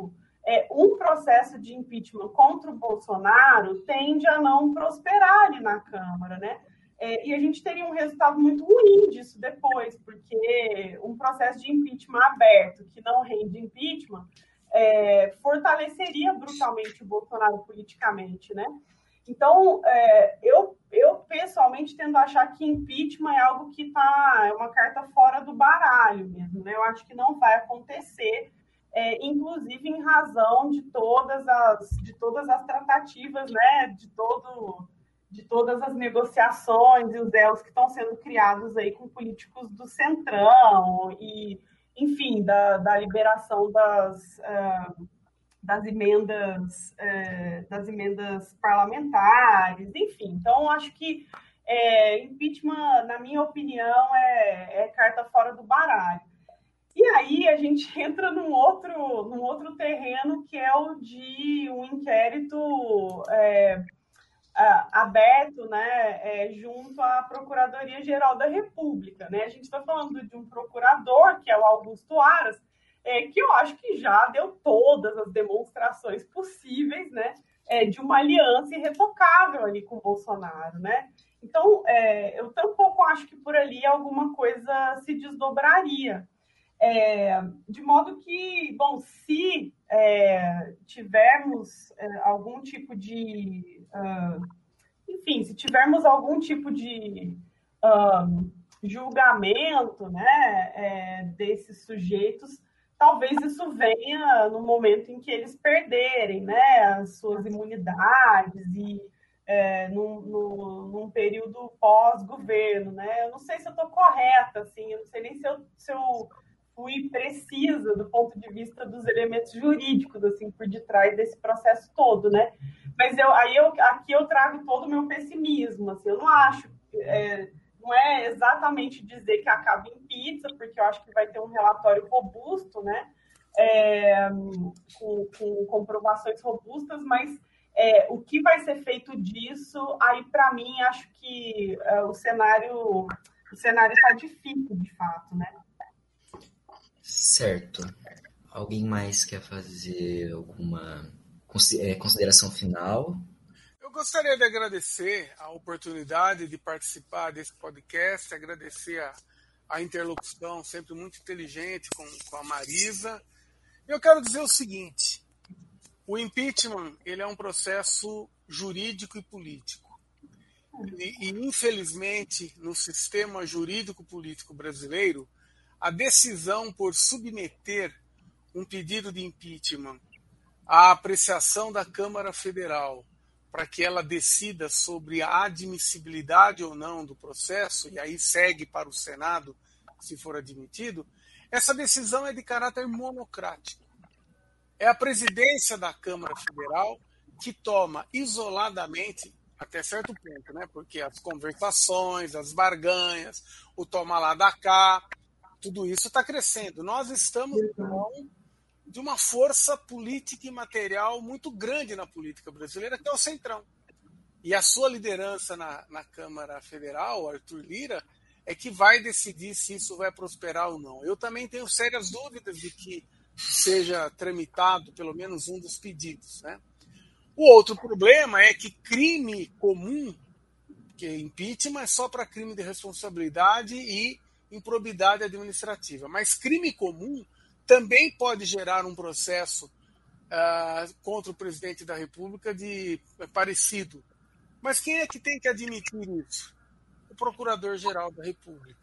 um processo de impeachment contra o Bolsonaro tende a não prosperar ali na Câmara, né? E a gente teria um resultado muito ruim disso depois, porque um processo de impeachment aberto que não rende impeachment fortaleceria brutalmente o Bolsonaro politicamente, né? Então, eu pessoalmente tendo a achar que impeachment é algo que é uma carta fora do baralho mesmo, né? Eu acho que não vai acontecer, inclusive em razão de todas as tratativas, né? De todas as negociações e os elos que estão sendo criados aí com políticos do Centrão e, enfim, da liberação das emendas parlamentares, enfim. Então, acho que impeachment, na minha opinião, é carta fora do baralho. E aí a gente entra num outro terreno, que é o de um inquérito aberto, né, junto à Procuradoria-Geral da República, né? A gente está falando de um procurador, que é o Augusto Aras, que eu acho que já deu todas as demonstrações possíveis, né, de uma aliança irretocável ali com o Bolsonaro, né? Então, eu tampouco acho que por ali alguma coisa se desdobraria. De modo que, bom, se tivermos algum tipo de... enfim, se tivermos algum tipo de julgamento, né, desses sujeitos, talvez isso venha no momento em que eles perderem, né, as suas imunidades e num período pós-governo, né? Eu não sei se eu estou correta, assim, eu não sei nem se eu fui precisa do ponto de vista dos elementos jurídicos, assim, por detrás desse processo todo, né? Mas aqui eu trago todo o meu pessimismo, assim, eu não acho, não é exatamente dizer que acaba em pizza, porque eu acho que vai ter um relatório robusto, né? Com comprovações robustas, mas o que vai ser feito disso, aí para mim acho que o cenário está difícil, de fato, né? Certo. Alguém mais quer fazer alguma consideração final? Eu gostaria de agradecer a oportunidade de participar desse podcast, agradecer a interlocução sempre muito inteligente com a Marisa. Eu quero dizer o seguinte: o impeachment ele é um processo jurídico e político. E infelizmente, no sistema jurídico-político brasileiro, a decisão por submeter um pedido de impeachment à apreciação da Câmara Federal para que ela decida sobre a admissibilidade ou não do processo, e aí segue para o Senado, se for admitido, essa decisão é de caráter monocrático. É a presidência da Câmara Federal que toma isoladamente, até certo ponto, né? Porque as conversações, as barganhas, o toma lá da cá, tudo isso está crescendo. Nós estamos na mão de uma força política e material muito grande na política brasileira, que é o Centrão. E a sua liderança na Câmara Federal, Arthur Lira, é que vai decidir se isso vai prosperar ou não. Eu também tenho sérias dúvidas de que seja tramitado pelo menos um dos pedidos, né? O outro problema é que crime comum, que impeachment é só para crime de responsabilidade e improbidade administrativa, mas crime comum também pode gerar um processo contra o presidente da República parecido. Mas quem é que tem que admitir isso? O Procurador-Geral da República,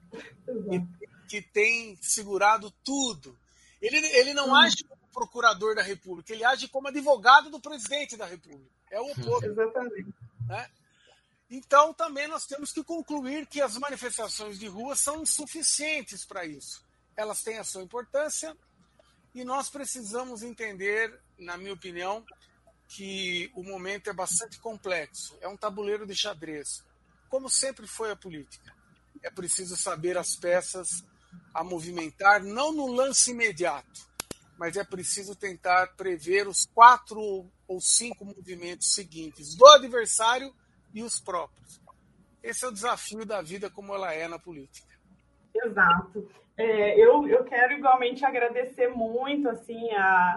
que tem segurado tudo. Ele não age como procurador da República, ele age como advogado do presidente da República. É o oposto. Exatamente. Né? Então, também nós temos que concluir que as manifestações de rua são insuficientes para isso. Elas têm a sua importância e nós precisamos entender, na minha opinião, que o momento é bastante complexo. É um tabuleiro de xadrez, como sempre foi a política. É preciso saber as peças a movimentar, não no lance imediato, mas é preciso tentar prever os 4 ou 5 movimentos seguintes do adversário e os próprios. Esse é o desafio da vida como ela é na política. Exato. Eu quero igualmente agradecer muito assim,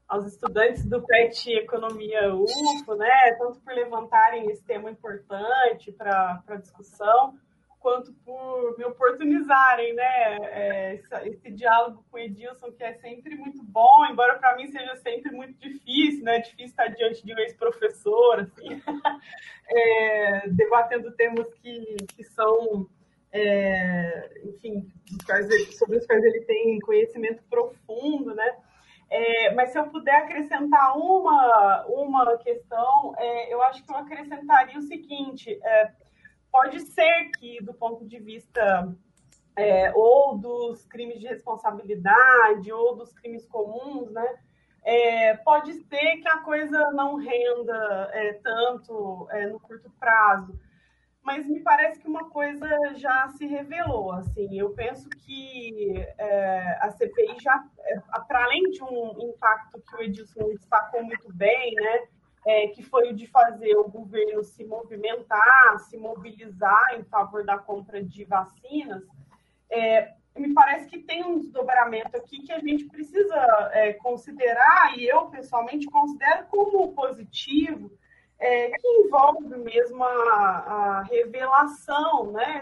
aos estudantes do PET Economia UFO, né, tanto por levantarem esse tema importante para a discussão, quanto por me oportunizarem, né, esse diálogo com o Edilson, que é sempre muito bom, embora para mim seja sempre muito difícil, né, difícil estar diante de um ex-professor, assim, debatendo temas que são, enfim, sobre os quais ele tem conhecimento profundo, né. Mas se eu puder acrescentar uma questão, eu acho que eu acrescentaria o seguinte: pode ser que, do ponto de vista ou dos crimes de responsabilidade ou dos crimes comuns, né, pode ser que a coisa não renda tanto no curto prazo. Mas me parece que uma coisa já se revelou. Assim, eu penso que a CPI já, para além de um impacto que o Edilson destacou muito bem, né, que foi o de fazer o governo se movimentar, se mobilizar em favor da compra de vacinas, me parece que tem um desdobramento aqui que a gente precisa considerar, e eu pessoalmente considero como positivo, que envolve mesmo a revelação, né?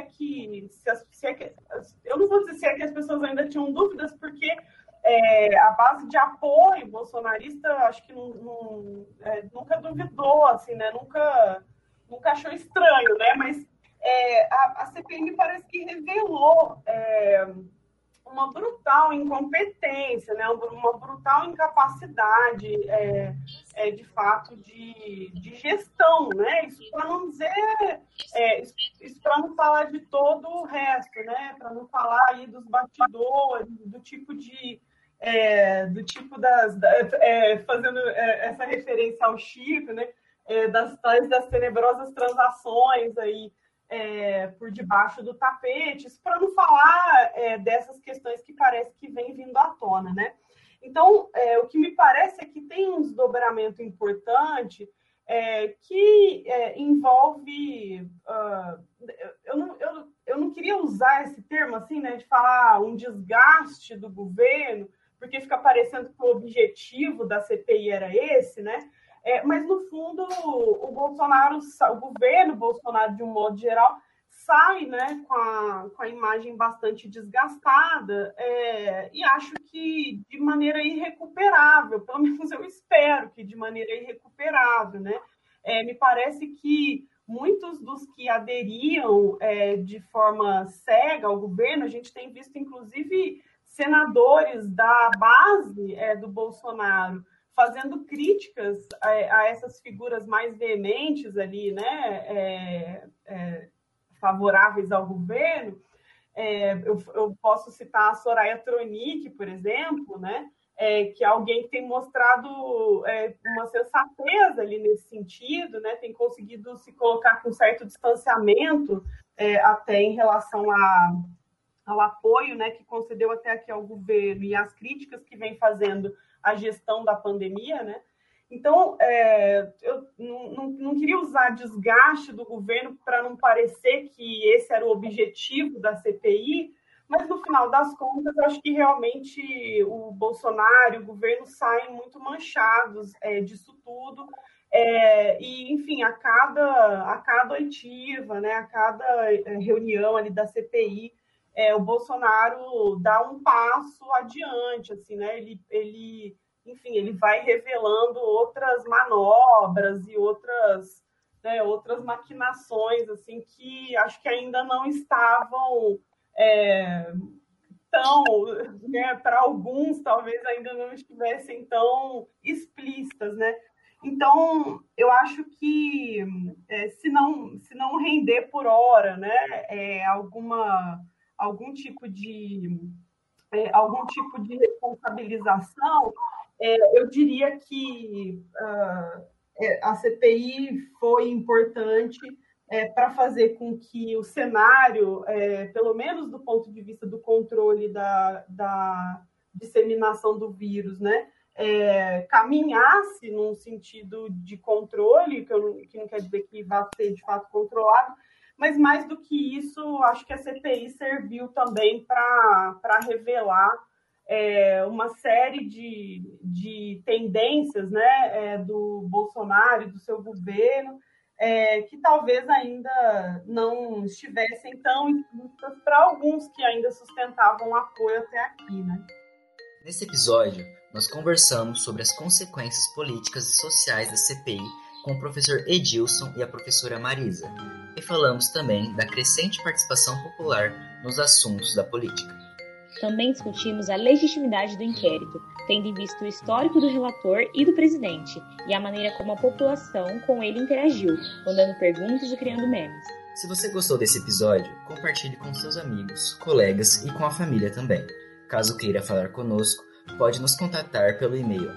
Eu não vou dizer se é que as pessoas ainda tinham dúvidas, porque a base de apoio bolsonarista, acho que nunca duvidou, assim, né? Nunca achou estranho, né? Mas a CPI me parece que revelou uma brutal incompetência, né? Uma brutal incapacidade, de fato, de gestão, né? Isso para não dizer, isso para não falar de todo o resto, né? Para não falar aí dos bastidores, do tipo fazendo essa referência ao Chico, né? Das tenebrosas transações aí, por debaixo do tapete, isso para não falar dessas questões que parece que vem vindo à tona, né? Então, o que me parece é que tem um desdobramento importante que envolve... eu não queria usar esse termo assim, né, de falar um desgaste do governo, porque fica parecendo que o objetivo da CPI era esse, né? Mas, no fundo, o governo Bolsonaro, de um modo geral, sai, né, com a imagem bastante desgastada, e acho que de maneira irrecuperável, pelo menos eu espero que de maneira irrecuperável, né? Me parece que muitos dos que aderiam de forma cega ao governo, a gente tem visto, inclusive, senadores da base do Bolsonaro fazendo críticas a essas figuras mais veementes ali, né, favoráveis ao governo. Eu posso citar a Soraya Tronic, por exemplo, né, que é alguém que tem mostrado uma sensatez ali nesse sentido, né, tem conseguido se colocar com certo distanciamento até em relação ao apoio, né, que concedeu até aqui ao governo e as críticas que vem fazendo a gestão da pandemia, né? Então, eu não queria usar desgaste do governo para não parecer que esse era o objetivo da CPI, mas, no final das contas, eu acho que realmente o Bolsonaro e o governo saem muito manchados disso tudo. E, enfim, a cada oitiva, né, a cada reunião ali da CPI, o Bolsonaro dá um passo adiante, assim, né? Enfim, ele vai revelando outras manobras e outras maquinações, assim, que acho que ainda não estavam tão, né, para alguns talvez ainda não estivessem tão explícitas, né? Então, eu acho que se não render por hora, né, algum tipo de responsabilização, eu diria que a CPI foi importante para fazer com que o cenário, pelo menos do ponto de vista do controle da disseminação do vírus, né, caminhasse num sentido de controle, que não quer dizer que vá ser de fato controlado, mas mais do que isso, acho que a CPI serviu também para revelar uma série de tendências, né, do Bolsonaro e do seu governo, que talvez ainda não estivessem tão explícitas para alguns que ainda sustentavam o apoio até aqui, né? Nesse episódio, nós conversamos sobre as consequências políticas e sociais da CPI com o professor Edilson e a professora Marisa, e falamos também da crescente participação popular nos assuntos da política. Também discutimos a legitimidade do inquérito, tendo em vista o histórico do relator e do presidente, e a maneira como a população com ele interagiu, mandando perguntas e criando memes. Se você gostou desse episódio, compartilhe com seus amigos, colegas e com a família também. Caso queira falar conosco, pode nos contatar pelo e-mail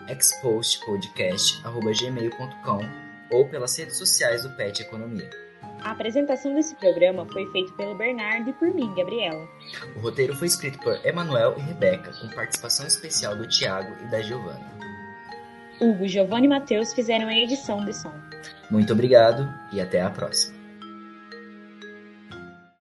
expostpodcast@gmail.com ou pelas redes sociais do PET Economia. A apresentação desse programa foi feita pelo Bernardo e por mim, Gabriela. O roteiro foi escrito por Emanuel e Rebeca, com participação especial do Thiago e da Giovana. Hugo, Giovanni e Matheus fizeram a edição de som. Muito obrigado e até a próxima.